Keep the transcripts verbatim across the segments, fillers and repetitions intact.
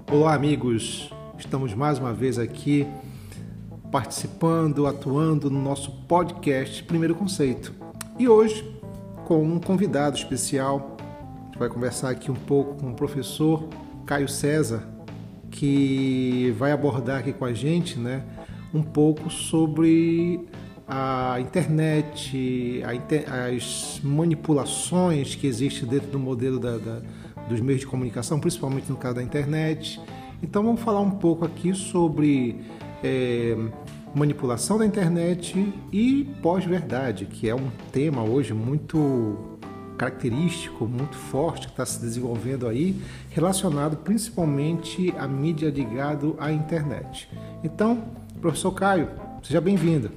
Olá, amigos! Estamos mais uma vez aqui participando, atuando no nosso podcast Primeiro Conceito. E hoje, com um convidado especial, a gente vai conversar aqui um pouco com o professor Caio César, que vai abordar aqui com a gente, né, um pouco sobre a internet, a inter... as manipulações que existem dentro do modelo da, da, dos meios de comunicação, principalmente no caso da internet. Então vamos falar um pouco aqui sobre é, manipulação da internet e pós-verdade, que é um tema hoje muito característico, muito forte, que está se desenvolvendo aí, relacionado principalmente à mídia ligada à internet. Então, professor Caio, seja bem-vindo.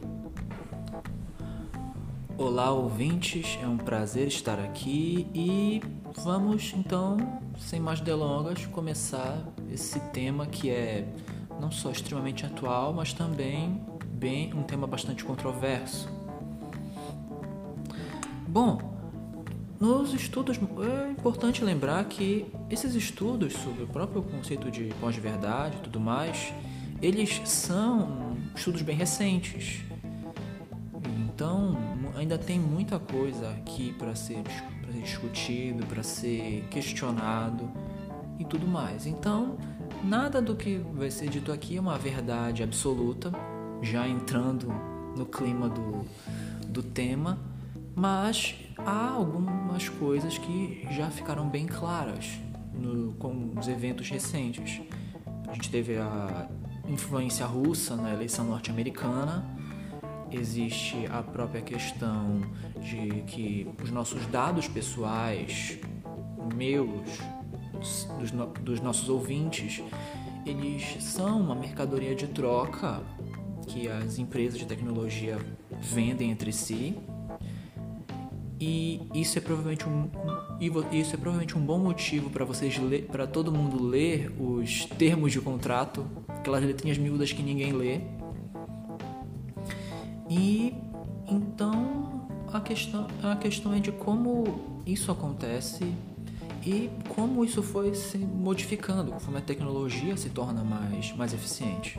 Olá, ouvintes, é um prazer estar aqui e vamos então, sem mais delongas, começar esse tema que é não só extremamente atual, mas também bem um tema bastante controverso. Bom, nos estudos é importante lembrar que esses estudos sobre o próprio conceito de pós-verdade e tudo mais, eles são estudos bem recentes. Então, ainda tem muita coisa aqui para ser, para ser discutido, para ser questionado e tudo mais. Então, nada do que vai ser dito aqui é uma verdade absoluta, já entrando no clima do, do tema, mas há algumas coisas que já ficaram bem claras no, com os eventos recentes. A gente teve a influência russa na eleição norte-americana. Existe a própria questão de que os nossos dados pessoais, meus, dos, no, dos nossos ouvintes, eles são uma mercadoria de troca que as empresas de tecnologia vendem entre si. E isso é provavelmente um, isso é provavelmente um bom motivo para vocês ler, para todo mundo ler os termos de contrato, aquelas letrinhas miúdas que ninguém lê. E então a questão, a questão é de como isso acontece e como isso foi se modificando, conforme a tecnologia se torna mais, mais eficiente.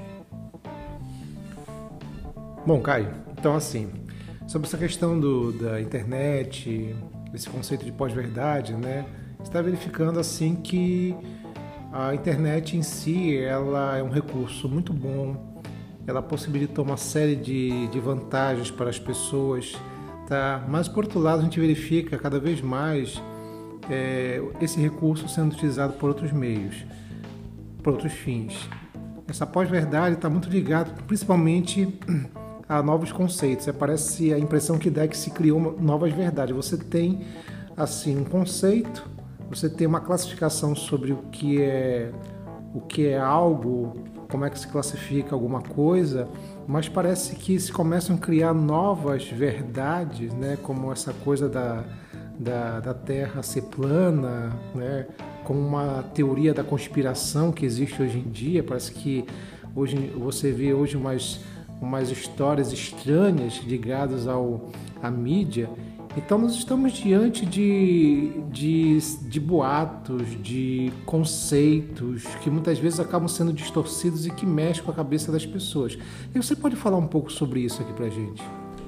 Bom, Caio, então assim, sobre essa questão do, da internet, esse conceito de pós-verdade, né, está verificando assim que a internet em si ela é um recurso muito bom. Ela possibilitou uma série de, de vantagens para as pessoas, tá? Mas, por outro lado, a gente verifica cada vez mais é, esse recurso sendo utilizado por outros meios, por outros fins. Essa pós-verdade está muito ligada, principalmente, a novos conceitos. É, parece a impressão que dá é que se criou novas verdades. Você tem, assim, um conceito, você tem uma classificação sobre o que é, o que é algo, como é que se classifica alguma coisa, mas parece que se começam a criar novas verdades, né, como essa coisa da, da, da Terra ser plana, né, como uma teoria da conspiração que existe hoje em dia. Parece que hoje você vê hoje umas, umas histórias estranhas ligadas ao, à mídia. Então nós estamos diante de, de, de boatos, de conceitos que muitas vezes acabam sendo distorcidos e que mexem com a cabeça das pessoas. E você pode falar um pouco sobre isso aqui pra gente?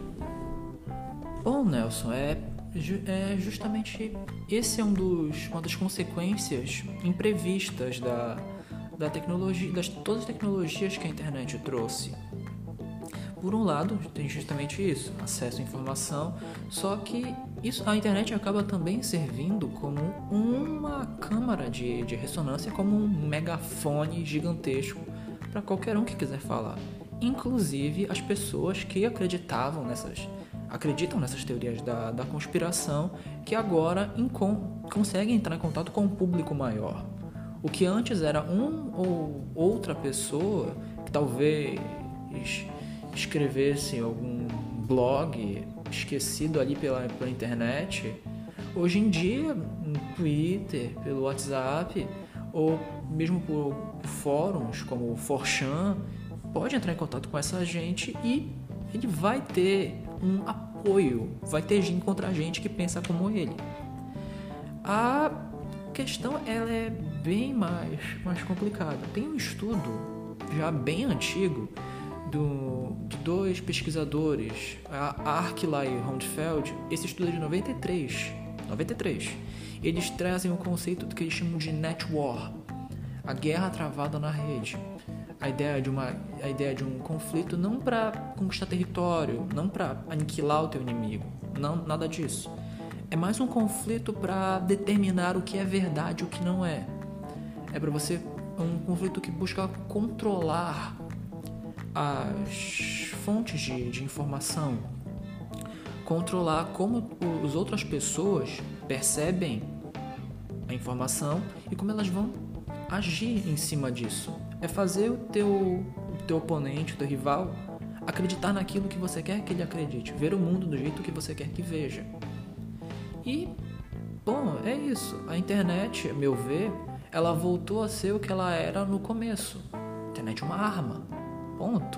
Bom, Nelson, é, é justamente esse é um dos, uma das consequências imprevistas da, da tecnologia, das todas as tecnologias que a internet trouxe. Por um lado, tem justamente isso, acesso à informação, só que isso, a internet acaba também servindo como uma câmara de, de ressonância, como um megafone gigantesco para qualquer um que quiser falar. Inclusive as pessoas que acreditavam nessas, acreditam nessas teorias da, da conspiração, que agora incom, conseguem entrar em contato com um público maior. O que antes era um ou outra pessoa que talvez escrevesse algum blog esquecido ali pela, pela internet, hoje em dia no Twitter, pelo WhatsApp ou mesmo por fóruns como o quatro chan, pode entrar em contato com essa gente e ele vai ter um apoio, vai ter encontrar gente que pensa como ele. A questão ela é bem mais, mais complicada. Tem um estudo já bem antigo do, de dois pesquisadores, a Arkela e Rondfeld. Esse estudo é de noventa e três. noventa e três. Eles trazem o conceito do que eles chamam de net war, a guerra travada na rede. A ideia de, uma, a ideia de um conflito não para conquistar território, não para aniquilar o teu inimigo, não, nada disso. É mais um conflito para determinar o que é verdade e o que não é. É para você um conflito que busca controlar as fontes de, de informação, controlar como as outras pessoas percebem a informação e como elas vão agir em cima disso. É fazer o teu, o teu oponente, o teu rival, acreditar naquilo que você quer que ele acredite, ver o mundo do jeito que você quer que veja. E, bom, é isso. A internet, a meu ver, ela voltou a ser o que ela era no começo. A internet é uma arma. Ponto.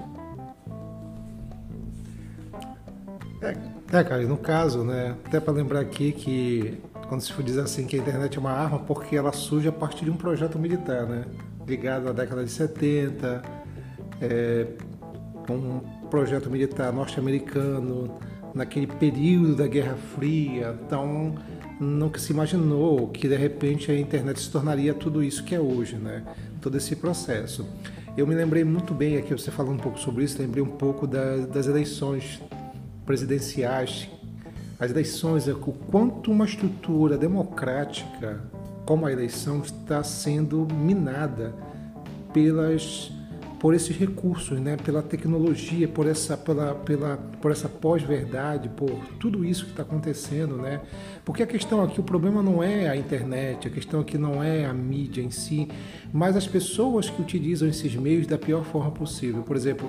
É, é cara, no caso, né, até para lembrar aqui que quando se diz assim que a internet é uma arma, porque ela surge a partir de um projeto militar, né, ligado à década de setenta, é, um projeto militar norte-americano, naquele período da Guerra Fria. Então nunca se imaginou que de repente a internet se tornaria tudo isso que é hoje, né, todo esse processo. Eu me lembrei muito bem, aqui você falando um pouco sobre isso, lembrei um pouco da, das eleições presidenciais. As eleições, o quanto uma estrutura democrática como a eleição está sendo minada pelas, por esses recursos, né? Pela tecnologia, por essa, pela, pela, por essa pós-verdade, por tudo isso que está acontecendo, né? Porque a questão aqui, o problema não é a internet, a questão aqui não é a mídia em si, mas as pessoas que utilizam esses meios da pior forma possível. Por exemplo,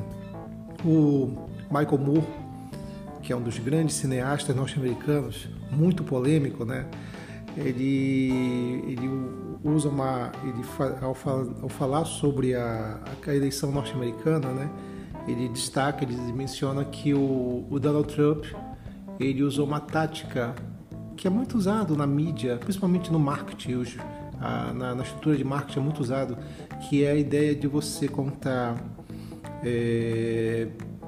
o Michael Moore, que é um dos grandes cineastas norte-americanos, muito polêmico, né? Ele, ele usa uma, ele ao, ao falar sobre a, a eleição norte-americana, né? Ele destaca, ele menciona que o, o Donald Trump, ele usou uma tática que é muito usado na mídia, principalmente no marketing hoje, a, na, na estrutura de marketing é muito usado, que é a ideia de você contar é,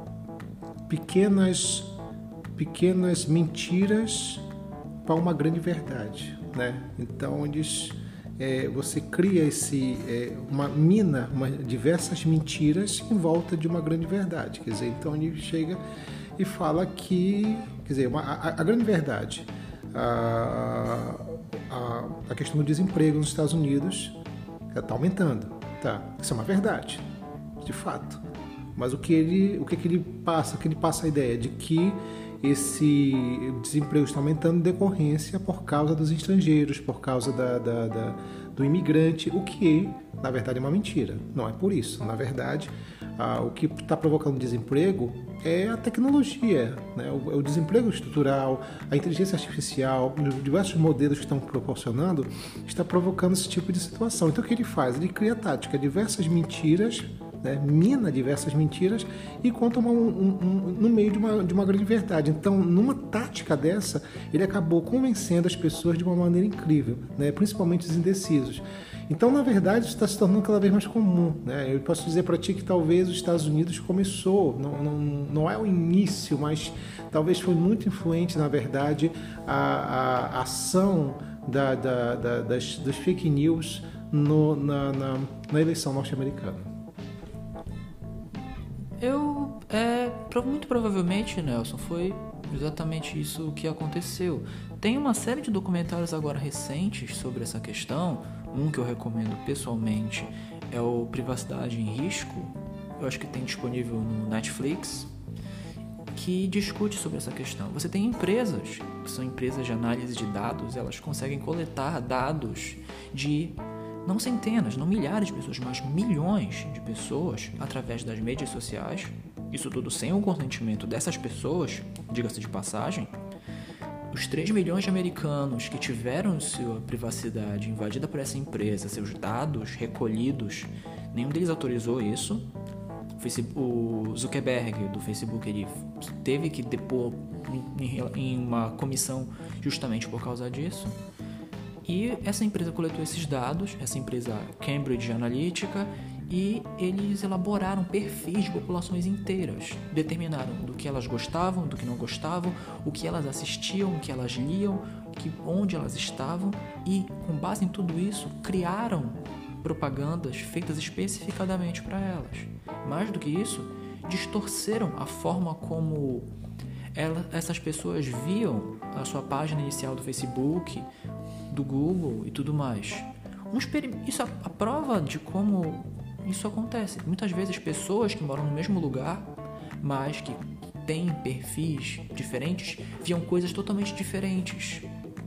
pequenas pequenas mentiras para uma grande verdade, né? Então eles, é, você cria esse, é, uma mina, uma, diversas mentiras em volta de uma grande verdade. Quer dizer, então ele chega e fala que, quer dizer, uma, a, a grande verdade, a, a, a questão do desemprego nos Estados Unidos está aumentando, tá? Isso é uma verdade, de fato. Mas o que ele, o que, que ele passa? O que ele passa a ideia de que esse desemprego está aumentando em decorrência por causa dos estrangeiros, por causa da, da, da, do imigrante, o que, na verdade, é uma mentira. Não é por isso. Na verdade, ah, o que está provocando desemprego é a tecnologia, né? o, o desemprego estrutural, a inteligência artificial, os diversos modelos que estão proporcionando, está provocando esse tipo de situação. Então, o que ele faz? Ele cria tática, diversas mentiras, né, mina diversas mentiras e conta uma, um, um, no meio de uma, de uma grande verdade. Então, numa tática dessa, ele acabou convencendo as pessoas de uma maneira incrível, né, principalmente os indecisos. Então, na verdade, isso está se tornando cada vez mais comum, né? Eu posso dizer para ti que talvez os Estados Unidos começou, não, não, não é o início, mas talvez foi muito influente, na verdade, a, a ação da, da, da, das, das fake news no, na, na, na eleição norte-americana. Eu, é, muito provavelmente, Nelson, foi exatamente isso que aconteceu. Tem uma série de documentários agora recentes sobre essa questão. Um que eu recomendo pessoalmente é o Privacidade em Risco. Eu acho que tem disponível no Netflix, que discute sobre essa questão. Você tem empresas, que são empresas de análise de dados, elas conseguem coletar dados de não centenas, não milhares de pessoas, mas milhões de pessoas através das mídias sociais. Isso tudo sem o consentimento dessas pessoas, diga-se de passagem. Os três milhões de americanos que tiveram sua privacidade invadida por essa empresa, seus dados recolhidos, nenhum deles autorizou isso. O Zuckerberg do Facebook, ele teve que depor em uma comissão justamente por causa disso. E essa empresa coletou esses dados, essa empresa Cambridge Analytica, e eles elaboraram perfis de populações inteiras, determinaram do que elas gostavam, do que não gostavam, o que elas assistiam, o que elas liam, que, onde elas estavam, e com base em tudo isso, criaram propagandas feitas especificadamente para elas. Mais do que isso, distorceram a forma como ela, essas pessoas viam a sua página inicial do Facebook, do Google e tudo mais. Um experim- isso é a prova de como isso acontece. Muitas vezes pessoas que moram no mesmo lugar, mas que têm perfis diferentes, viam coisas totalmente diferentes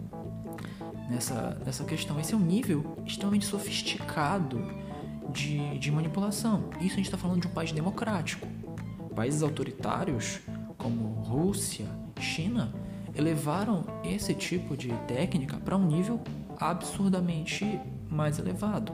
nessa, nessa questão. Esse é um nível extremamente sofisticado de, de manipulação. Isso a gente está falando de um país democrático. Países autoritários, como Rússia, China, elevaram esse tipo de técnica para um nível absurdamente mais elevado.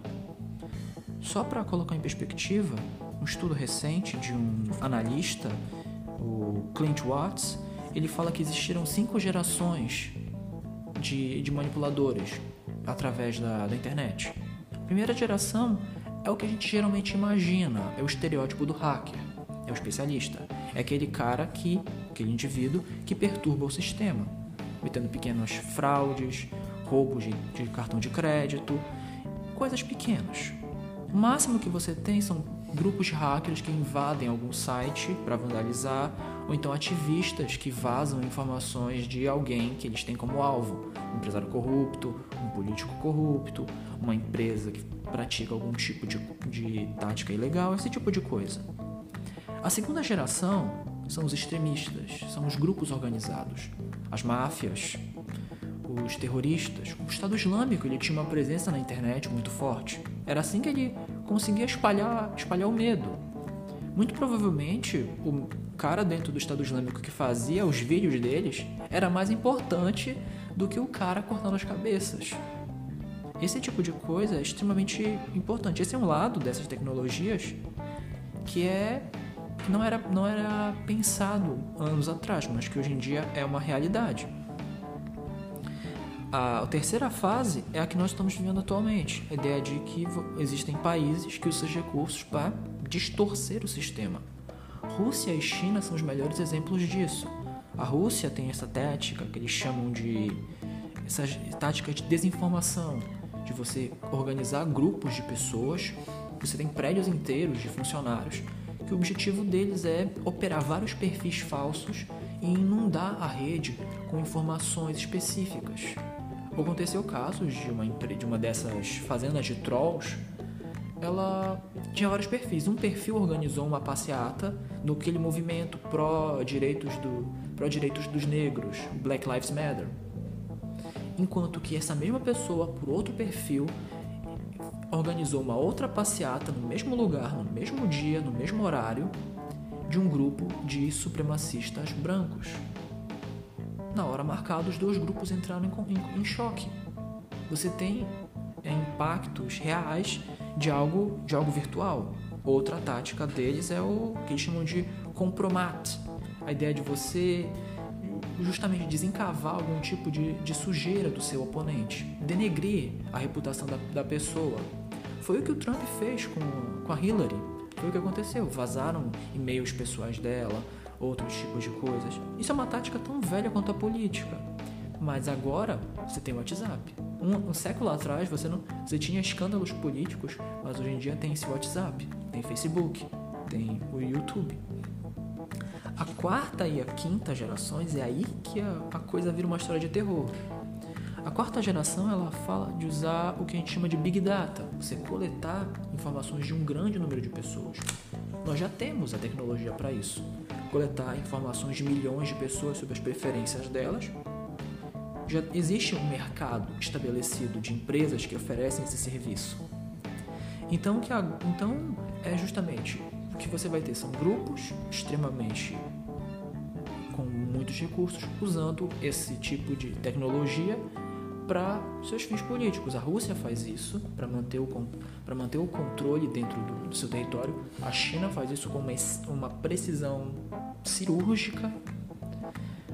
Só para colocar em perspectiva, um estudo recente de um analista, o Clint Watts, ele fala que existiram cinco gerações de, de manipuladores através da, da internet. A primeira geração é o que a gente geralmente imagina, é o estereótipo do hacker, é o especialista, é aquele cara que, aquele indivíduo que perturba o sistema, cometendo pequenas fraudes, roubos de, de cartão de crédito, coisas pequenas. O máximo que você tem são grupos de hackers que invadem algum site para vandalizar, ou então ativistas que vazam informações de alguém que eles têm como alvo, um empresário corrupto, um político corrupto, uma empresa que pratica algum tipo de, de tática ilegal, esse tipo de coisa. A segunda geração são os extremistas, são os grupos organizados, as máfias, os terroristas. O Estado Islâmico ele tinha uma presença na internet muito forte. Era assim que ele conseguia espalhar, espalhar o medo. Muito provavelmente, o cara dentro do Estado Islâmico que fazia os vídeos deles era mais importante do que o cara cortando as cabeças. Esse tipo de coisa é extremamente importante. Esse é um lado dessas tecnologias que é, não, era, não era pensado anos atrás, mas que hoje em dia é uma realidade. A terceira fase é a que nós estamos vivendo atualmente, a ideia de que existem países que usam seus recursos para distorcer o sistema. Rússia e China são os melhores exemplos disso. A Rússia tem essa tática que eles chamam de essa tática de desinformação, de você organizar grupos de pessoas, você tem prédios inteiros de funcionários, que o objetivo deles é operar vários perfis falsos e inundar a rede com informações específicas. Aconteceu casos de uma, de uma dessas fazendas de trolls, ela tinha vários perfis. Um perfil organizou uma passeata no aquele movimento pró-direitos do, pró-direitos dos negros, Black Lives Matter. Enquanto que essa mesma pessoa, por outro perfil, organizou uma outra passeata no mesmo lugar, no mesmo dia, no mesmo horário, de um grupo de supremacistas brancos. Na hora marcada, os dois grupos entraram em, em, em choque. Você tem é, impactos reais de algo, de algo virtual. Outra tática deles é o que eles chamam de compromat, a ideia de você justamente desencavar algum tipo de, de sujeira do seu oponente, denegrir a reputação da, da pessoa. Foi o que o Trump fez com, com a Hillary. Foi o que aconteceu. Vazaram e-mails pessoais dela, outros tipos de coisas. Isso é uma tática tão velha quanto a política. Mas agora você tem o WhatsApp. Um, um século atrás você, não, você tinha escândalos políticos, mas hoje em dia tem esse WhatsApp, tem Facebook, tem o YouTube. A quarta e a quinta gerações é aí que a, a coisa vira uma história de terror. A quarta geração ela fala de usar o que a gente chama de Big Data, você coletar informações de um grande número de pessoas. Nós já temos a tecnologia para isso, coletar informações de milhões de pessoas sobre as preferências delas. Já existe um mercado estabelecido de empresas que oferecem esse serviço. Então, que a, então é justamente o que você vai ter são grupos extremamente com muitos recursos usando esse tipo de tecnologia para seus fins políticos. A Rússia faz isso para manter, para manter o controle dentro do, do seu território. A China faz isso com uma, uma precisão cirúrgica.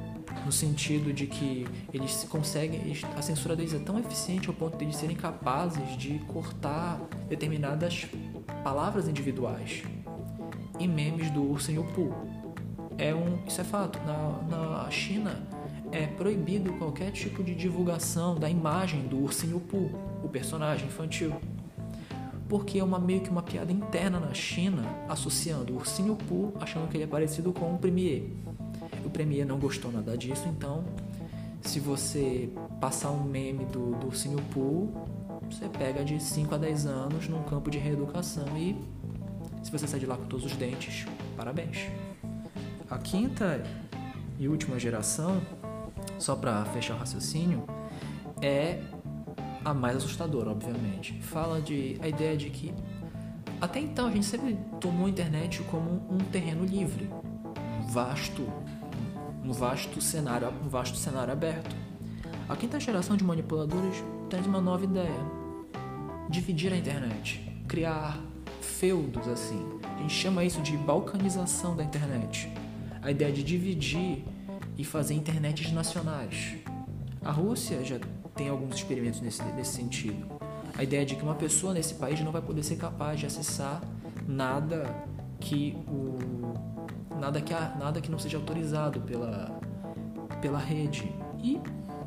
no sentido de que eles conseguem, eles, a censura deles é tão eficiente ao ponto de eles serem capazes de cortar determinadas palavras individuais em memes do Ursinho Pooh. É um, isso é fato. Na, na China é proibido qualquer tipo de divulgação da imagem do Ursinho Pooh, o personagem infantil, porque é uma, meio que uma piada interna na China, associando o Ursinho Pooh, achando que ele é parecido com o Premier. O Premier não gostou nada disso, então se você passar um meme do, do Ursinho Pooh, você pega de cinco a dez anos num campo de reeducação e se você sair de lá com todos os dentes, parabéns. A quinta e última geração, só para fechar o raciocínio, é a mais assustadora, obviamente. Fala de a ideia de que até então a gente sempre tomou a internet como um terreno livre, um vasto, um vasto cenário, um vasto cenário aberto. A quinta geração de manipuladores traz uma nova ideia: dividir a internet, criar feudos assim. A gente chama isso de balcanização da internet. A ideia de dividir e fazer internets nacionais. A Rússia já tem alguns experimentos nesse, nesse sentido. A ideia de que uma pessoa nesse país não vai poder ser capaz de acessar nada que, o, nada que, a, nada que não seja autorizado pela, pela rede. E,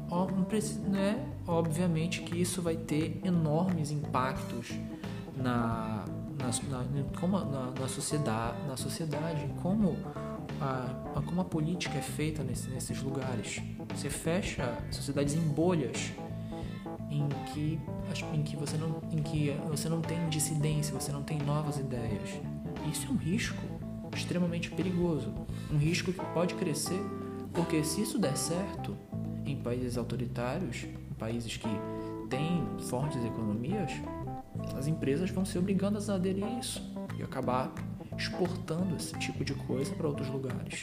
né, obviamente, que isso vai ter enormes impactos na, na, na, como, na, na, sociedade, na sociedade, como a, a, como a política é feita nesse, nesses lugares. Você fecha sociedades em bolhas em que, em que, você não, em que você não tem dissidência, você não tem novas ideias. Isso é um risco extremamente perigoso, um risco que pode crescer, porque se isso der certo em países autoritários, em países que têm fortes economias, as empresas vão ser obrigadas a aderir a isso e acabar exportando esse tipo de coisa para outros lugares.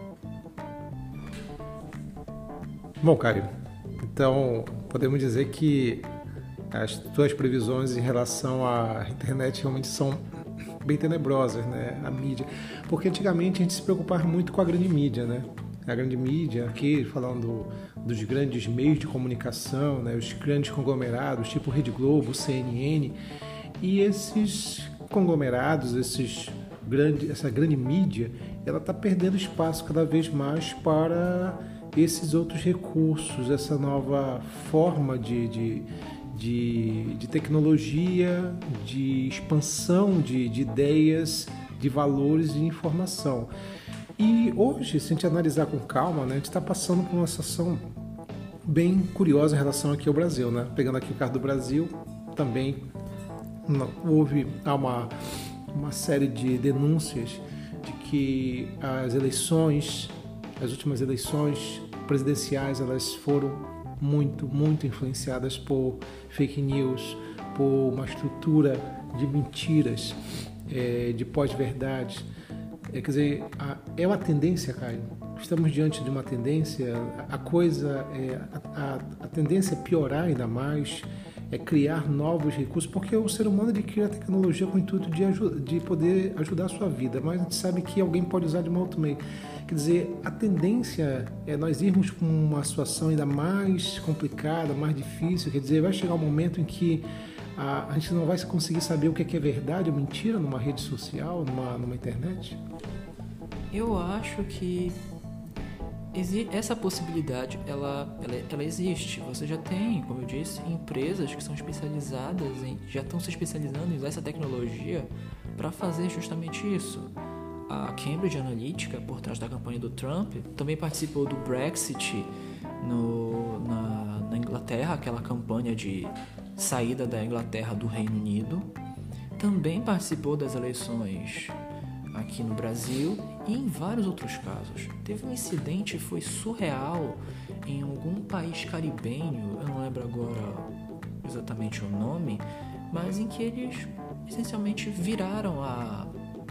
Bom, Caio, então podemos dizer que as tuas previsões em relação à internet realmente são bem tenebrosas, né? A mídia, porque antigamente a gente se preocupava muito com a grande mídia, né? A grande mídia, aqui falando dos grandes meios de comunicação, né? Os grandes conglomerados, tipo Rede Globo, C N N, e esses conglomerados, esses grande, essa grande mídia, ela está perdendo espaço cada vez mais para esses outros recursos, essa nova forma de, de, de, de tecnologia, de expansão de, de ideias, de valores e de informação. E hoje, se a gente analisar com calma, né, a gente está passando por uma situação bem curiosa em relação aqui ao Brasil, né? Pegando aqui o caso do Brasil, também não, houve há uma, uma série de denúncias de que as eleições As últimas eleições presidenciais, elas foram muito, muito influenciadas por fake news, por uma estrutura de mentiras, é, de pós-verdades. É, quer dizer, a, é uma tendência, Caio. Estamos diante de uma tendência, a, a coisa, é, a, a tendência é piorar ainda mais, é criar novos recursos, porque o ser humano ele cria a tecnologia com o intuito de, ajuda, de poder ajudar a sua vida, mas a gente sabe que alguém pode usar de um outro meio. Quer dizer, a tendência é nós irmos para uma situação ainda mais complicada, mais difícil. Quer dizer, vai chegar um momento em que a, a gente não vai conseguir saber o que é, que é verdade ou mentira numa rede social, numa, numa internet? Eu acho que essa possibilidade, ela, ela, ela existe. Você já tem, como eu disse, empresas que são especializadas em, já estão se especializando em usar essa tecnologia para fazer justamente isso. A Cambridge Analytica, por trás da campanha do Trump, também participou do Brexit no, na, na Inglaterra, aquela campanha de saída da Inglaterra do Reino Unido. Também participou das eleições aqui no Brasil e em vários outros casos. Teve um incidente, foi surreal, em algum país caribenho, eu não lembro agora exatamente o nome, mas em que eles essencialmente viraram a,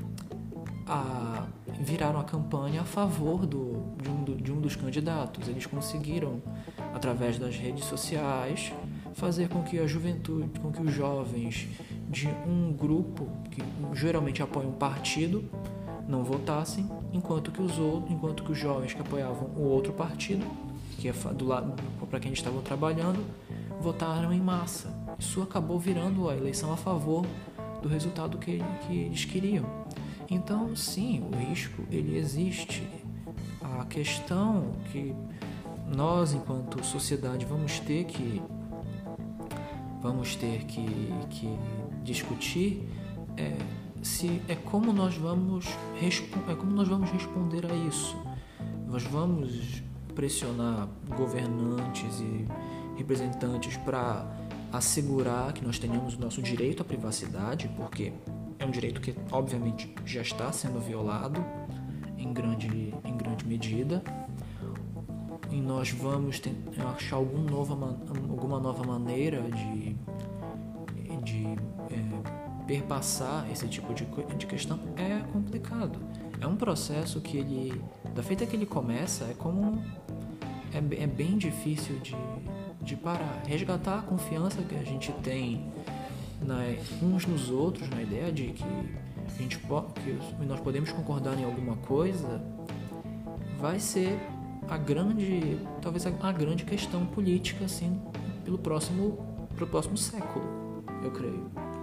a, viraram a campanha a favor do, de, um, de um dos candidatos. Eles conseguiram, através das redes sociais, fazer com que a juventude, com que os jovens de um grupo que geralmente apoia um partido não votassem enquanto que os outros, enquanto que os jovens que apoiavam o outro partido, que é do lado para quem eles estavam trabalhando, votaram em massa. Isso acabou virando a eleição a favor do resultado que, que eles queriam. Então, sim, o risco ele existe. A questão que nós, enquanto sociedade, vamos ter que vamos ter que, que discutir é se é como nós vamos é como nós vamos responder a isso. Nós vamos pressionar governantes e representantes para assegurar que nós tenhamos o nosso direito à privacidade, porque é um direito que, obviamente, já está sendo violado em grande, em grande medida, e nós vamos ter, achar algum nova, alguma nova maneira de, de é, perpassar esse tipo de, de questão. É complicado. É um processo que ele, da feita que ele começa, é como é, é bem difícil de, de parar. Resgatar a confiança que a gente tem na, uns nos outros, na ideia de que, a gente, que nós podemos concordar em alguma coisa, vai ser a grande, talvez a, a grande questão política, assim, pelo próximo, pelo próximo século, eu creio.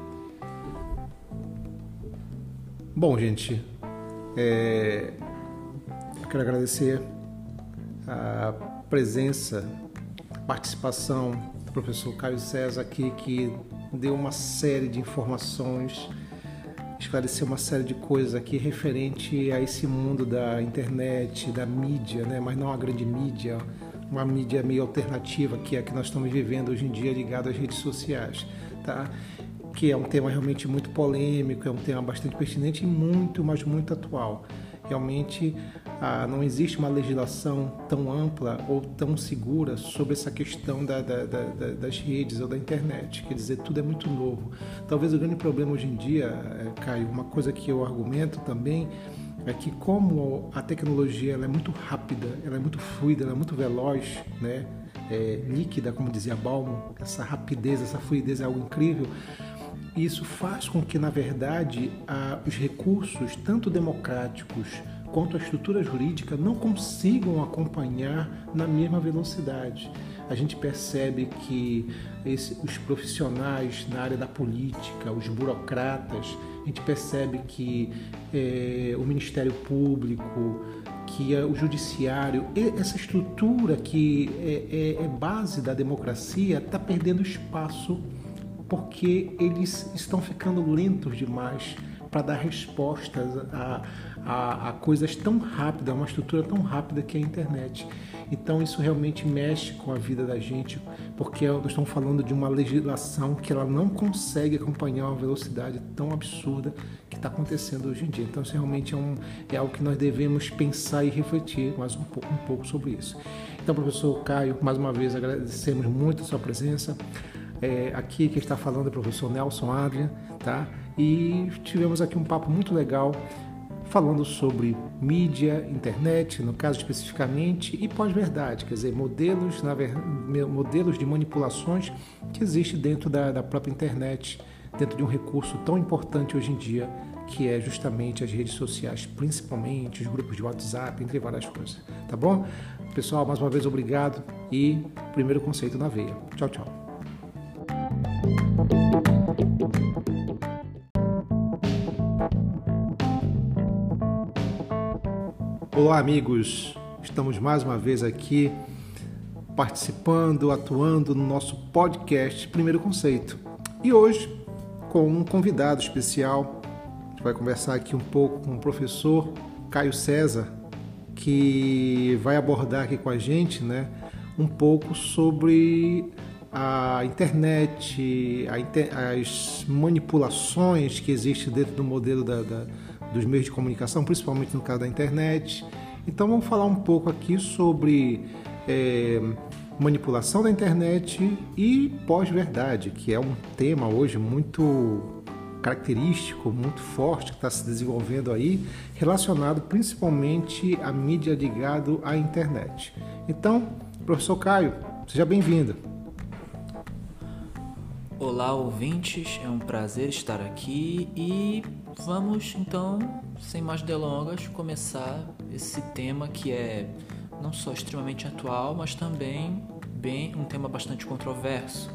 Bom, gente, é, eu quero agradecer a presença, a participação do professor Caio César aqui, que deu uma série de informações, esclareceu uma série de coisas aqui referente a esse mundo da internet, da mídia, né? Mas não a grande mídia, uma mídia meio alternativa, que é a que nós estamos vivendo hoje em dia, ligado às redes sociais, tá? Que é um tema realmente muito polêmico, é um tema bastante pertinente e muito, mas muito atual. Realmente ah, não existe uma legislação tão ampla ou tão segura sobre essa questão da, da, da, das redes ou da internet. Quer dizer, tudo é muito novo. Talvez o grande problema hoje em dia, Caio, uma coisa que eu argumento também, é que como a tecnologia ela é muito rápida, ela é muito fluida, ela é muito veloz, né? É, líquida, como dizia Bauman, essa rapidez, essa fluidez é algo incrível. Isso faz com que, na verdade, a, os recursos, tanto democráticos quanto a estrutura jurídica, não consigam acompanhar na mesma velocidade. A gente percebe que esse, os profissionais na área da política, os burocratas, a gente percebe que é, o Ministério Público, que é o Judiciário, essa estrutura que é, é, é base da democracia, está perdendo espaço porque eles estão ficando lentos demais para dar respostas a, a, a coisas tão rápidas, a uma estrutura tão rápida que é a internet. Então isso realmente mexe com a vida da gente, porque nós estamos falando de uma legislação que ela não consegue acompanhar uma velocidade tão absurda que está acontecendo hoje em dia. Então isso realmente é, um, é algo que nós devemos pensar e refletir mais um pouco, um pouco sobre isso. Então, professor Caio, mais uma vez agradecemos muito a sua presença. É, aqui quem está falando é o professor Nelson Adrian, tá? E tivemos aqui um papo muito legal falando sobre mídia, internet, no caso especificamente, e pós-verdade, quer dizer, modelos, na ver... modelos de manipulações que existem dentro da, da própria internet, dentro de um recurso tão importante hoje em dia, que é justamente as redes sociais, principalmente os grupos de WhatsApp, entre várias coisas, tá bom? Pessoal, mais uma vez obrigado e primeiro conceito na veia. Tchau, tchau. Olá, amigos, estamos mais uma vez aqui participando, atuando no nosso podcast Primeiro Conceito. E hoje, com um convidado especial, a gente vai conversar aqui um pouco com o professor Caio César, que vai abordar aqui com a gente, né, um pouco sobre a internet, a inter... as manipulações que existem dentro do modelo da, da, dos meios de comunicação, principalmente no caso da internet. Então vamos falar um pouco aqui sobre é, manipulação da internet e pós-verdade, que é um tema hoje muito característico, muito forte, que está se desenvolvendo aí, relacionado principalmente à mídia ligada à internet. Então, professor Caio, seja bem-vindo. Olá, ouvintes, é um prazer estar aqui e vamos então, sem mais delongas, começar esse tema que é não só extremamente atual, mas também bem um tema bastante controverso.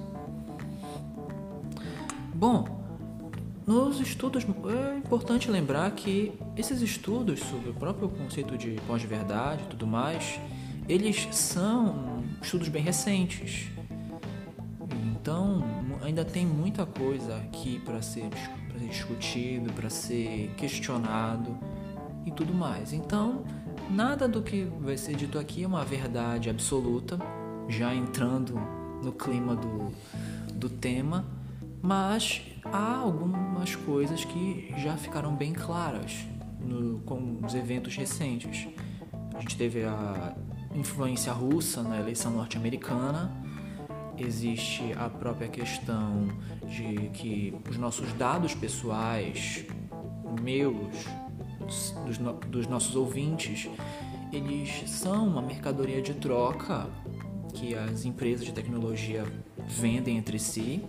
Bom, nos estudos, é importante lembrar que esses estudos sobre o próprio conceito de pós-verdade e tudo mais, eles são estudos bem recentes. Então, ainda tem muita coisa aqui para ser, para ser discutido, para ser questionado e tudo mais. Então, nada do que vai ser dito aqui é uma verdade absoluta, já entrando no clima do, do tema, mas há algumas coisas que já ficaram bem claras no, com os eventos recentes. A gente teve a influência russa na eleição norte-americana, existe a própria questão de que os nossos dados pessoais, meus, dos, dos nossos ouvintes, eles são uma mercadoria de troca que as empresas de tecnologia vendem entre si.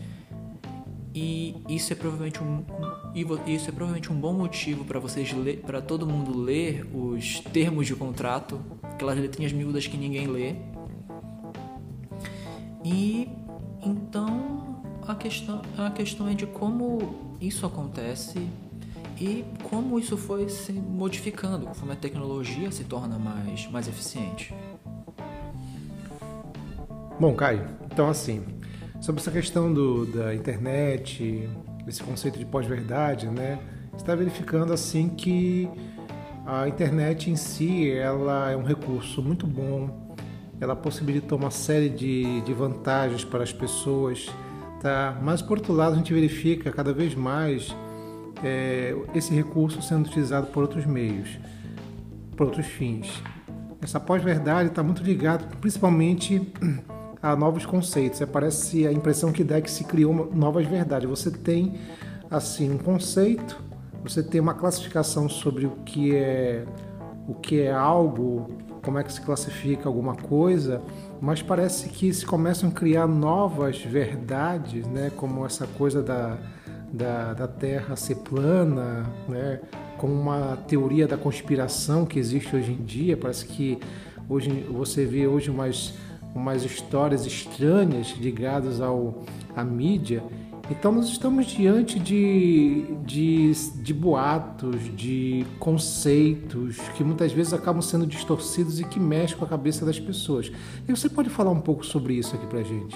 E isso é provavelmente um, isso é provavelmente um bom motivo para vocês ler, para todo mundo ler os termos de contrato, aquelas letrinhas miúdas que ninguém lê. E então a questão, a questão é de como isso acontece e como isso foi se modificando, conforme a tecnologia se torna mais, mais eficiente. Bom, Caio, então assim, sobre essa questão do, da internet, esse conceito de pós-verdade, né, está verificando assim que a internet em si ela é um recurso muito bom, ela possibilitou uma série de, de vantagens para as pessoas, tá? Mas por outro lado a gente verifica cada vez mais é, esse recurso sendo utilizado por outros meios, por outros fins. Essa pós-verdade está muito ligada principalmente a novos conceitos. Parece a impressão que dá é que se criou novas verdades. Você tem assim um conceito, você tem uma classificação sobre o que é o que é algo, como é que se classifica alguma coisa, mas parece que se começam a criar novas verdades, né, como essa coisa da, da, da Terra ser plana, né, como uma teoria da conspiração que existe hoje em dia. Parece que hoje você vê hoje umas umas histórias estranhas ligadas ao, à mídia. Então nós estamos diante de, de, de boatos, de conceitos que muitas vezes acabam sendo distorcidos e que mexem com a cabeça das pessoas. E você pode falar um pouco sobre isso aqui pra gente?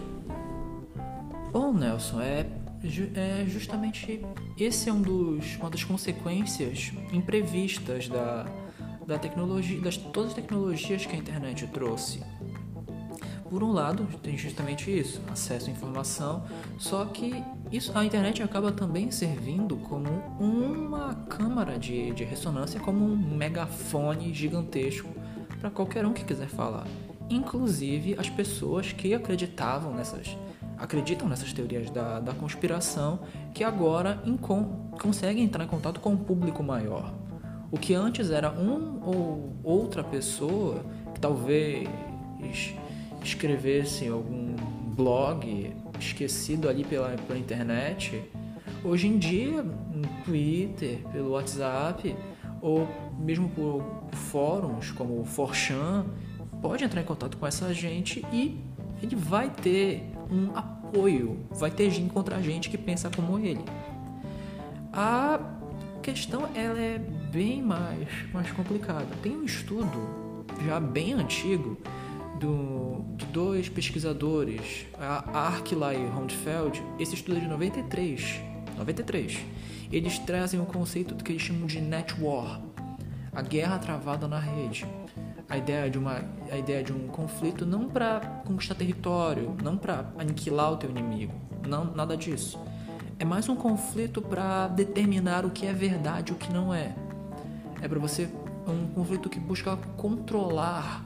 Bom, Nelson, é, é justamente esse é um dos, uma das consequências imprevistas da, da tecnologia, das todas as tecnologias que a internet trouxe. Por um lado, tem justamente isso, acesso à informação, só que isso, a internet acaba também servindo como uma câmara de, de ressonância, como um megafone gigantesco para qualquer um que quiser falar. Inclusive as pessoas que acreditavam nessas, acreditam nessas teorias da, da conspiração, que agora incom, conseguem entrar em contato com um público maior. O que antes era um ou outra pessoa que talvez escrevesse algum blog esquecido ali pela, pela internet, hoje em dia no Twitter, pelo WhatsApp ou mesmo por fóruns como o quatro chan, pode entrar em contato com essa gente e ele vai ter um apoio, vai ter gente encontrar gente que pensa como ele. A questão ela é bem mais, mais complicada. Tem um estudo já bem antigo Do, de dois pesquisadores, a Arkela e Rondfeld. Esse estudo é de noventa e três. noventa e três. Eles trazem o conceito do que eles chamam de net war, a guerra travada na rede. A ideia de, uma, a ideia de um conflito não para conquistar território, não para aniquilar o teu inimigo, não, nada disso. É mais um conflito para determinar o que é verdade e o que não é. É para você um conflito que busca controlar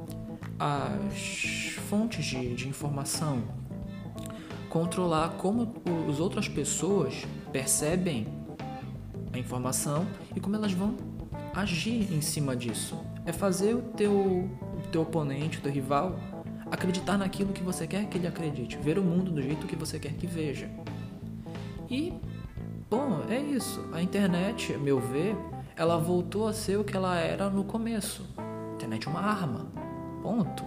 as fontes de, de informação, controlar como as outras pessoas percebem a informação e como elas vão agir em cima disso. É fazer o teu, o teu oponente, o teu rival, acreditar naquilo que você quer que ele acredite, ver o mundo do jeito que você quer que veja. E Bom, é isso. A internet, a meu ver, ela voltou a ser o que ela era no começo. A internet é uma arma. Ponto.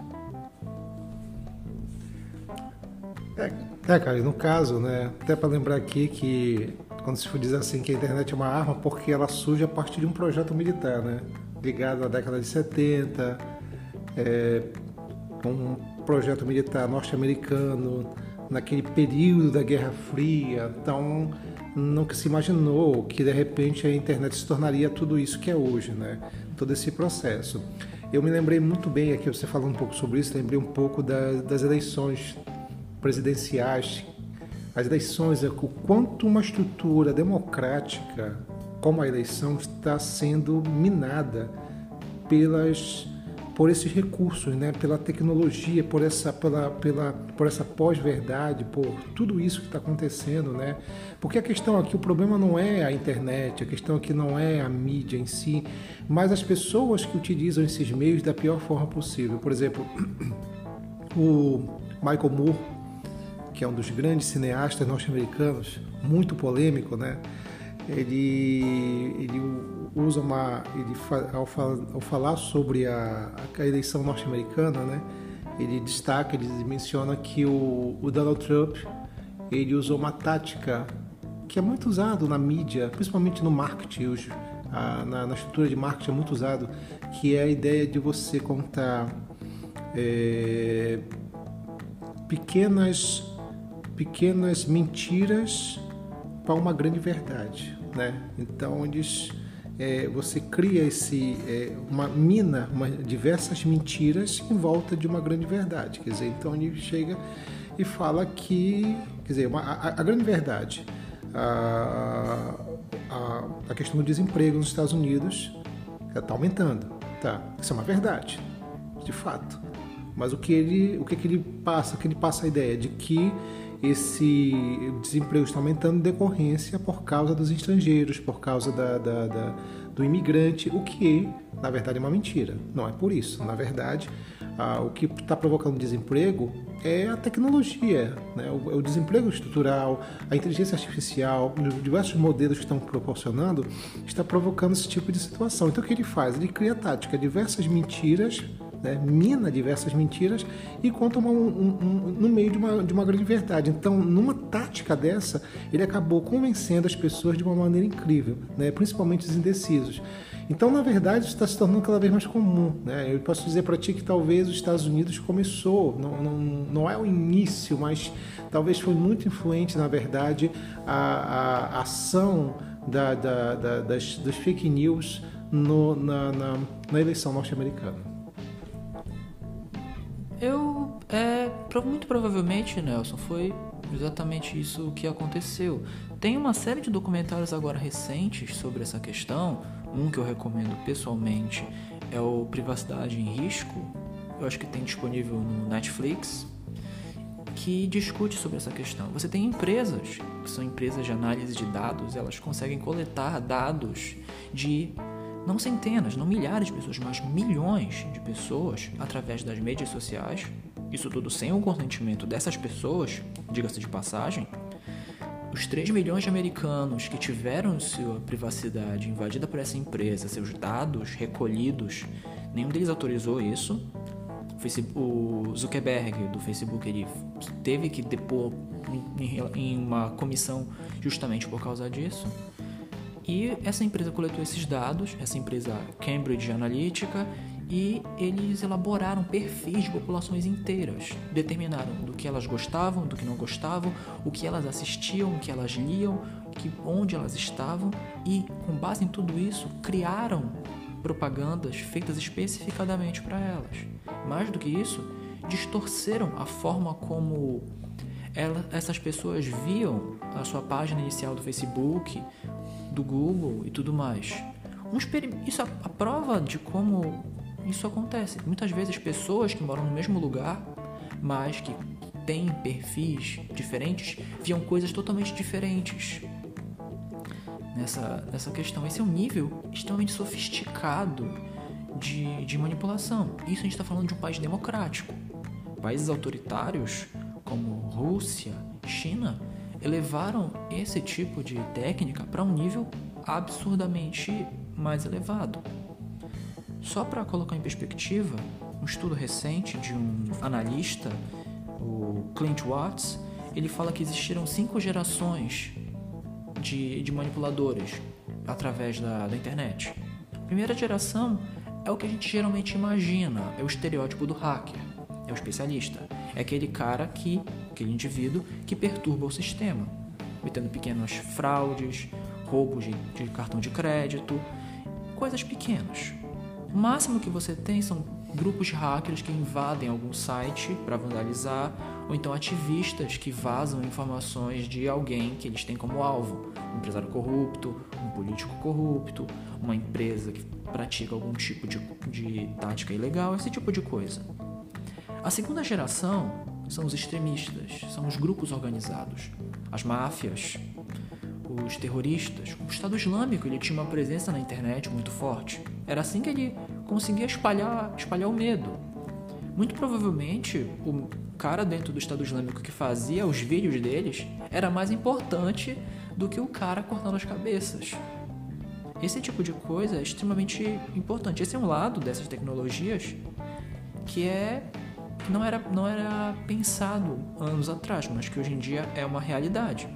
É, é, cara, no caso, né, até para lembrar aqui que quando se for dizer assim que a internet é uma arma, porque ela surge a partir de um projeto militar, né, ligado à década de setenta, é, um projeto militar norte-americano, naquele período da Guerra Fria. Então, nunca se imaginou que de repente a internet se tornaria tudo isso que é hoje, né, todo esse processo. Eu me lembrei muito bem, aqui você falando um pouco sobre isso, lembrei um pouco da, das eleições presidenciais, as eleições, o quanto uma estrutura democrática como a eleição está sendo minada pelas, por esses recursos, né? Pela tecnologia, por essa, pela, pela, por essa pós-verdade, por tudo isso que está acontecendo, né? Porque a questão aqui, o problema não é a internet, a questão aqui não é a mídia em si, mas as pessoas que utilizam esses meios da pior forma possível. Por exemplo, o Michael Moore, que é um dos grandes cineastas norte-americanos, muito polêmico, né? Ele, ele usa uma, ele ao, ao falar sobre a, a eleição norte-americana, né? Ele destaca, ele menciona que o, o Donald Trump, ele usou uma tática que é muito usado na mídia, principalmente no marketing hoje, a, na, na estrutura de marketing é muito usado, que é a ideia de você contar é, pequenas pequenas mentiras para uma grande verdade, né? Então eles, é, você cria esse, é, uma mina, uma, diversas mentiras em volta de uma grande verdade. Quer dizer, então ele chega e fala que, quer dizer, uma, a, a grande verdade, a, a, a questão do desemprego nos Estados Unidos está aumentando, tá? Isso é uma verdade, de fato. Mas o que ele, o que, que ele passa? Que ele passa a ideia de que esse desemprego está aumentando em decorrência por causa dos estrangeiros, por causa da, da, da, do imigrante, o que, na verdade, é uma mentira. Não é por isso. Na verdade, ah, o que está provocando desemprego é a tecnologia, né? o, o desemprego estrutural, a inteligência artificial, os diversos modelos que estão proporcionando, está provocando esse tipo de situação. Então, o que ele faz? Ele cria tática, diversas mentiras, né, mina diversas mentiras e conta uma, um, um, no meio de uma, de uma grande verdade. Então, numa tática dessa, ele acabou convencendo as pessoas de uma maneira incrível, né, principalmente os indecisos. Então, na verdade, isso está se tornando cada vez mais comum, né? Eu posso dizer para ti que talvez os Estados Unidos começou, não, não, não é o início, mas talvez foi muito influente, na verdade, a, a ação da, da, da, das, das fake news no, na, na, na eleição norte-americana. Eu, é, muito provavelmente, Nelson, foi exatamente isso que aconteceu. Tem uma série de documentários agora recentes sobre essa questão. Um que eu recomendo pessoalmente é o Privacidade em Risco. Eu acho que tem disponível no Netflix, que discute sobre essa questão. Você tem empresas, que são empresas de análise de dados, elas conseguem coletar dados de não centenas, não milhares de pessoas, mas milhões de pessoas através das mídias sociais. Isso tudo sem o consentimento dessas pessoas, diga-se de passagem. Os três milhões de americanos que tiveram sua privacidade invadida por essa empresa, seus dados recolhidos, nenhum deles autorizou isso. O Zuckerberg do Facebook, ele teve que depor em uma comissão justamente por causa disso. E essa empresa coletou esses dados, essa empresa Cambridge Analytica, e eles elaboraram perfis de populações inteiras, determinaram do que elas gostavam, do que não gostavam, o que elas assistiam, o que elas liam, que, onde elas estavam, e com base em tudo isso criaram propagandas feitas especificadamente para elas. Mais do que isso, distorceram a forma como ela, essas pessoas viam a sua página inicial do Facebook, do Google e tudo mais. Um exper... Isso é a prova de como isso acontece. Muitas vezes pessoas que moram no mesmo lugar, mas que têm perfis diferentes, viam coisas totalmente diferentes nessa, nessa questão. Esse é um nível extremamente sofisticado de, de manipulação. Isso a gente está falando de um país democrático. Países autoritários, como Rússia, China, elevaram esse tipo de técnica para um nível absurdamente mais elevado. Só para colocar em perspectiva, um estudo recente de um analista, o Clint Watts, ele fala que existiram cinco gerações de, de manipuladores através da, da internet. A primeira geração é o que a gente geralmente imagina, é o estereótipo do hacker, é o especialista, é aquele cara que, aquele indivíduo que perturba o sistema, cometendo pequenas fraudes, roubos de, de cartão de crédito, coisas pequenas. O máximo que você tem são grupos de hackers que invadem algum site para vandalizar, ou então ativistas que vazam informações de alguém que eles têm como alvo, um empresário corrupto, um político corrupto, uma empresa que pratica algum tipo de, de tática ilegal, esse tipo de coisa. A segunda geração são os extremistas, são os grupos organizados, as máfias, os terroristas. O Estado Islâmico ele tinha uma presença na internet muito forte. Era assim que ele conseguia espalhar, espalhar o medo. Muito provavelmente, o cara dentro do Estado Islâmico que fazia os vídeos deles era mais importante do que o cara cortando as cabeças. Esse tipo de coisa é extremamente importante. Esse é um lado dessas tecnologias que é que não era, não era pensado anos atrás, mas que hoje em dia é uma realidade.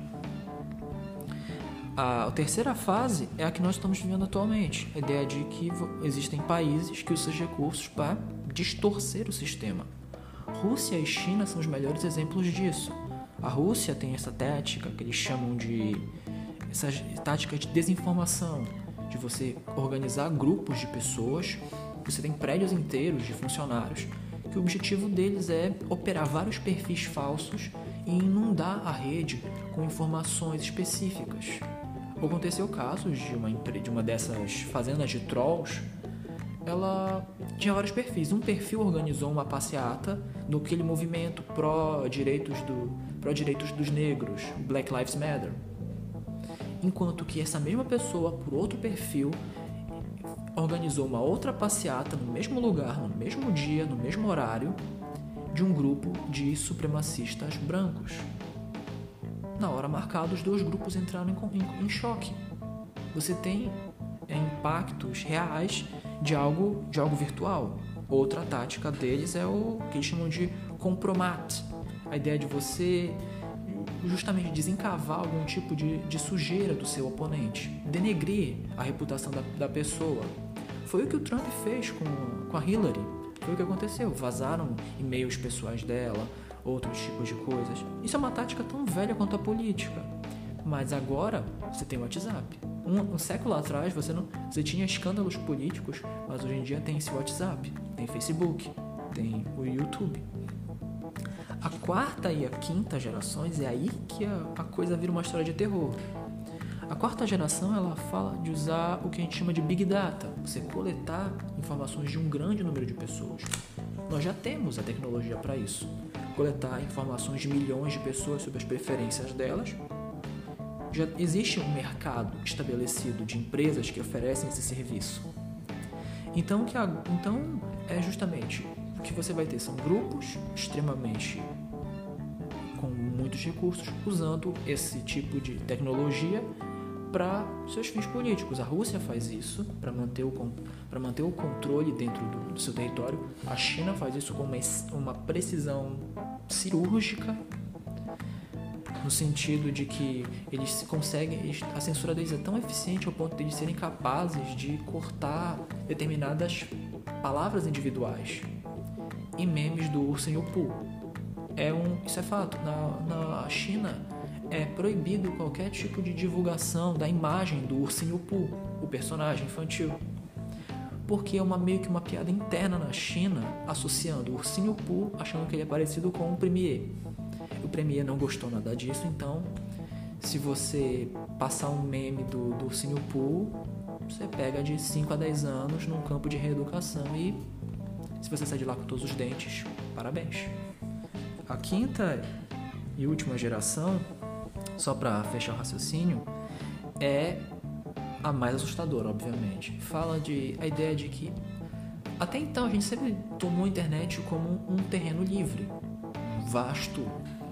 A terceira fase é a que nós estamos vivendo atualmente, a ideia de que existem países que usam seus recursos para distorcer o sistema. Rússia e China são os melhores exemplos disso. A Rússia tem essa tática que eles chamam de essa tática de desinformação, de você organizar grupos de pessoas, você tem prédios inteiros de funcionários, que o objetivo deles é operar vários perfis falsos e inundar a rede com informações específicas. Aconteceu casos de uma, de uma dessas fazendas de trolls, ela tinha vários perfis. Um perfil organizou uma passeata naquele movimento pró-direitos do, pró-direitos dos negros, Black Lives Matter. Enquanto que essa mesma pessoa, por outro perfil, organizou uma outra passeata no mesmo lugar, no mesmo dia, no mesmo horário, de um grupo de supremacistas brancos. Na hora marcada, os dois grupos entraram em, em, em choque. Você tem é, impactos reais de algo, de algo virtual. Outra tática deles é o que eles chamam de compromat, a ideia de você justamente desencavar algum tipo de, de sujeira do seu oponente, denegrir a reputação da, da pessoa. Foi o que o Trump fez com, com a Hillary. Foi o que aconteceu. Vazaram e-mails pessoais dela, outros tipos de coisas. Isso é uma tática tão velha quanto a política. Mas agora você tem o WhatsApp. Um, um século atrás você, não, você tinha escândalos políticos, mas hoje em dia tem esse WhatsApp, tem Facebook, tem o YouTube. A quarta e a quinta gerações é aí que a, a coisa vira uma história de terror. A quarta geração ela fala de usar o que a gente chama de Big Data, você coletar informações de um grande número de pessoas. Nós já temos a tecnologia para isso. Coletar informações de milhões de pessoas sobre as preferências delas. Já existe um mercado estabelecido de empresas que oferecem esse serviço. Então, que a, então é justamente o que você vai ter são grupos extremamente com muitos recursos usando esse tipo de tecnologia para seus fins políticos. A Rússia faz isso para manter o, para manter o controle dentro do, do seu território. A China faz isso com uma, uma precisão cirúrgica, no sentido de que eles conseguem, a censura deles é tão eficiente ao ponto de eles serem capazes de cortar determinadas palavras individuais em memes do ursinho Pooh. É um, isso é fato. Na, na China é proibido qualquer tipo de divulgação da imagem do ursinho Pooh, o personagem infantil, porque é uma, meio que uma piada interna na China associando o ursinho Pooh, achando que ele é parecido com o Premier. O Premier não gostou nada disso, então se você passar um meme do, do ursinho Pooh, você pega de cinco a dez anos num campo de reeducação e se você sair de lá com todos os dentes, parabéns. A quinta e última geração, só para fechar o raciocínio, é a mais assustadora, obviamente. Fala de a ideia de que até então a gente sempre tomou a internet como um terreno livre, um vasto,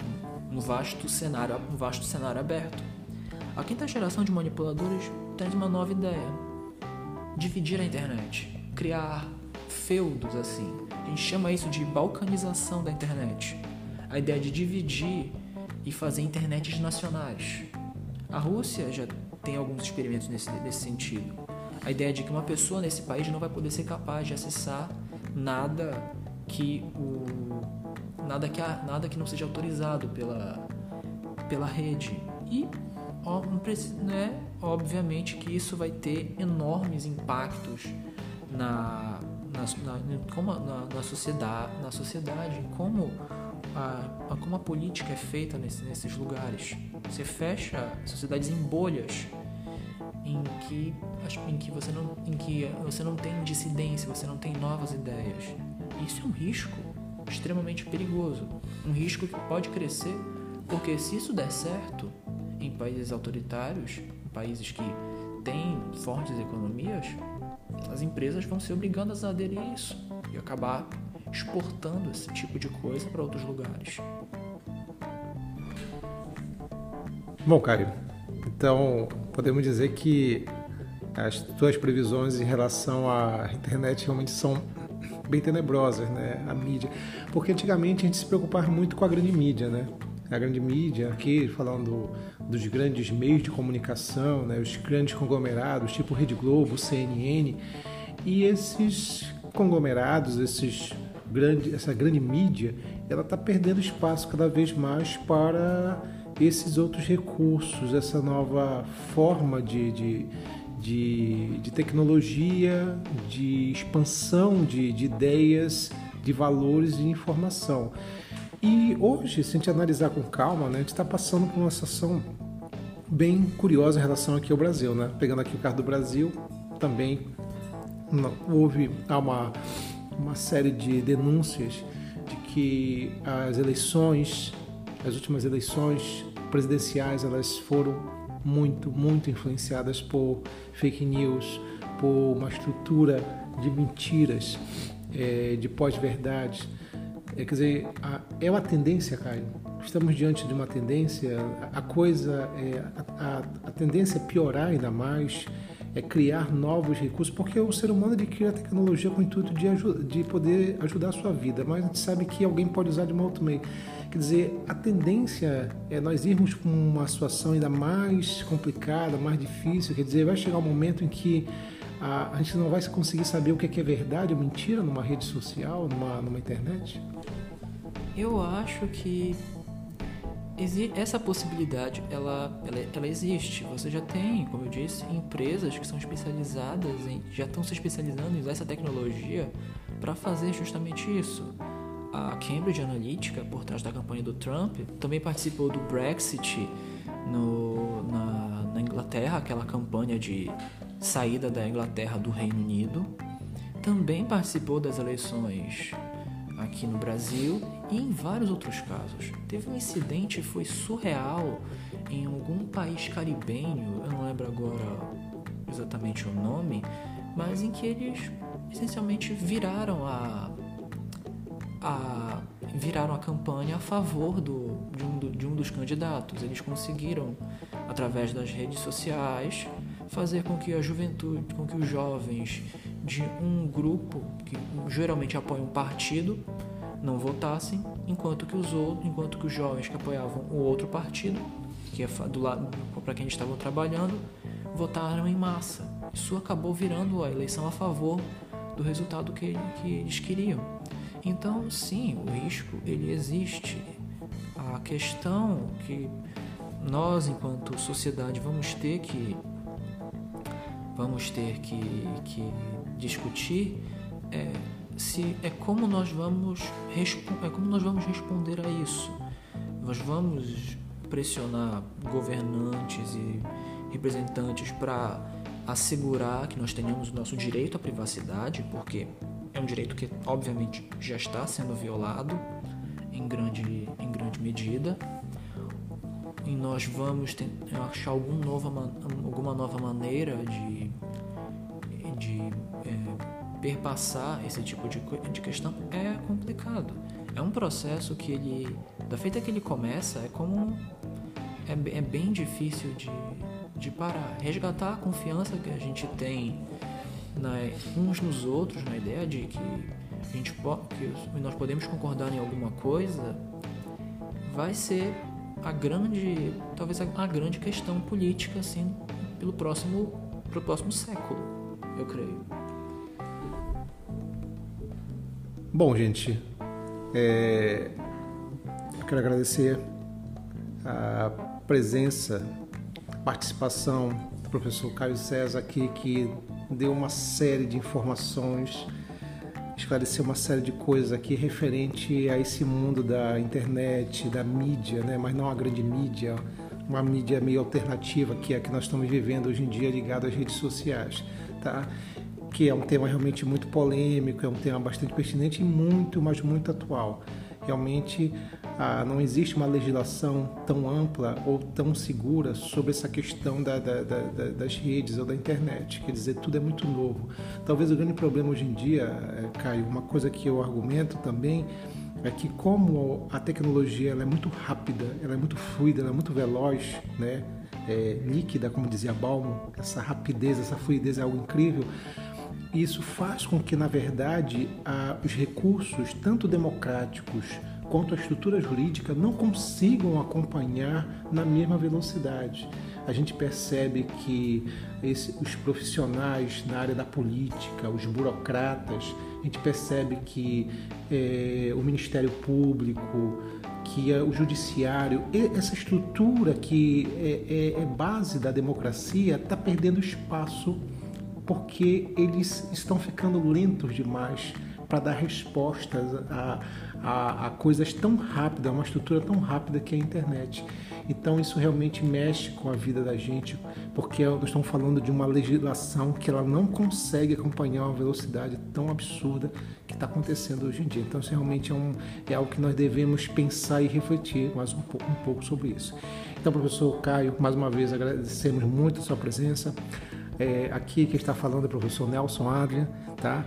um vasto cenário, um vasto cenário aberto. A quinta geração de manipuladores traz uma nova ideia: dividir a internet, criar feudos assim. A gente chama isso de balcanização da internet. A ideia de dividir e fazer internets nacionais. A Rússia já tem alguns experimentos nesse, nesse sentido. A ideia de que uma pessoa nesse país não vai poder ser capaz de acessar nada que, o, nada que, a, nada que não seja autorizado pela, pela rede. E, ó, né, obviamente, que isso vai ter enormes impactos na, na, na, como, na, na, sociedade, na sociedade, como a, a, como a política é feita nesse, nesses lugares. Você fecha sociedades em bolhas em que, em que, você, não, em que você não tem dissidência, você não tem novas ideias. Isso é um risco extremamente perigoso, um risco que pode crescer, porque se isso der certo em países autoritários, em países que têm fortes economias, as empresas vão ser obrigadas a aderir a isso e acabar exportando esse tipo de coisa para outros lugares. Bom, Caio, então podemos dizer que as tuas previsões em relação à internet realmente são bem tenebrosas, né? A mídia, porque antigamente a gente se preocupava muito com a grande mídia, né? A grande mídia, aqui falando dos grandes meios de comunicação, né? Os grandes conglomerados, tipo Rede Globo, C N N, e esses conglomerados, esses grande, essa grande mídia, ela está perdendo espaço cada vez mais para esses outros recursos, essa nova forma de, de, de, de tecnologia, de expansão de, de ideias, de valores e de informação. E hoje, se a gente analisar com calma, né, a gente está passando por uma situação bem curiosa em relação aqui ao Brasil, né? Pegando aqui o caso do Brasil, também houve uma, uma série de denúncias de que as eleições, as últimas eleições presidenciais, elas foram muito, muito influenciadas por fake news, por uma estrutura de mentiras, é, de pós-verdades. É, quer dizer, a, é uma tendência, Caio. Estamos diante de uma tendência, a coisa, é, a, a tendência é piorar ainda mais, é criar novos recursos, porque o ser humano ele cria a tecnologia com o intuito de, de poder ajudar a sua vida, mas a gente sabe que alguém pode usar de um outro meio. Quer dizer, a tendência é nós irmos para uma situação ainda mais complicada, mais difícil. Quer dizer, vai chegar um momento em que a, a gente não vai conseguir saber o que é, que é verdade ou mentira numa rede social, numa, numa internet? Eu acho que essa possibilidade, ela, ela, ela existe. Você já tem, como eu disse, empresas que são especializadas, em, já estão se especializando em usar essa tecnologia para fazer justamente isso. A Cambridge Analytica, por trás da campanha do Trump, também participou do Brexit no, na, na Inglaterra, aquela campanha de saída da Inglaterra do Reino Unido. Também participou das eleições aqui no Brasil e em vários outros casos. Teve um incidente, foi surreal, em algum país caribenho, eu não lembro agora exatamente o nome, mas em que eles essencialmente viraram a, a, viraram a campanha a favor do, de, um, de um dos candidatos. Eles conseguiram, através das redes sociais, fazer com que a juventude, com que os jovens de um grupo que geralmente apoia um partido não votassem, enquanto que os outros, enquanto que os jovens que apoiavam o outro partido, que é do lado para quem estavam trabalhando, votaram em massa. Isso acabou virando a eleição a favor do resultado que, que eles queriam. Então, sim, o risco ele existe. A questão que nós, enquanto sociedade, vamos ter que vamos ter que, que discutir é, se é como nós vamos é como nós vamos responder a isso. Nós vamos pressionar governantes e representantes para assegurar que nós tenhamos o nosso direito à privacidade, porque é um direito que obviamente já está sendo violado em grande, em grande medida. E nós vamos ter, achar algum nova, alguma nova maneira de, de é, perpassar esse tipo de, de questão. É complicado. é um processo que ele, da feita que ele começa, é como é, é bem difícil de, de parar, resgatar a confiança que a gente tem na, uns nos outros, na ideia de que, a gente, que nós podemos concordar em alguma coisa, vai ser a grande, talvez a, a grande questão política assim, pelo próximo, pro próximo século, eu creio. Bom, gente, é, eu quero agradecer a presença, a participação do professor Caio César aqui, que deu uma série de informações, esclareceu uma série de coisas aqui referente a esse mundo da internet, da mídia, né? Mas não a grande mídia, uma mídia meio alternativa, que é a que nós estamos vivendo hoje em dia, ligado às redes sociais, tá? Que é um tema realmente muito polêmico, é um tema bastante pertinente e muito, mas muito atual. Realmente ah, não existe uma legislação tão ampla ou tão segura sobre essa questão da, da, da, das redes ou da internet. Quer dizer, tudo é muito novo. Talvez o grande problema hoje em dia, Caio, uma coisa que eu argumento também, é que como a tecnologia ela é muito rápida, ela é muito fluida, ela é muito veloz, né? É, líquida, como dizia Balmo, essa rapidez, essa fluidez é algo incrível. Isso faz com que, na verdade, a, os recursos, tanto democráticos quanto a estrutura jurídica, não consigam acompanhar na mesma velocidade. A gente percebe que esse, os profissionais na área da política, os burocratas, a gente percebe que é, o Ministério Público, que é o Judiciário, essa estrutura que é, é, é base da democracia, está perdendo espaço porque eles estão ficando lentos demais para dar respostas a, a, a coisas tão rápidas, uma estrutura tão rápida que é a internet. Então isso realmente mexe com a vida da gente, porque nós estamos falando de uma legislação que ela não consegue acompanhar uma velocidade tão absurda que está acontecendo hoje em dia. Então isso realmente é, um, é algo que nós devemos pensar e refletir mais um pouco, um pouco sobre isso. Então, professor Caio, mais uma vez agradecemos muito a sua presença. É, aqui quem está falando é o professor Nelson Adrian, tá?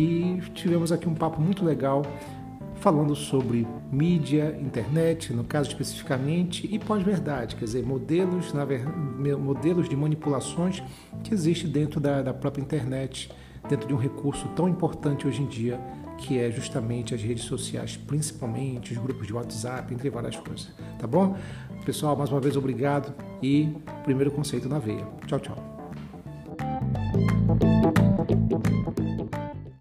E tivemos aqui um papo muito legal falando sobre mídia, internet, no caso especificamente, e pós-verdade, quer dizer, modelos, na ver... modelos de manipulações que existem dentro da, da própria internet, dentro de um recurso tão importante hoje em dia, que é justamente as redes sociais, principalmente os grupos de WhatsApp, entre várias coisas, tá bom? Pessoal, mais uma vez obrigado e primeiro conceito na veia. Tchau, tchau.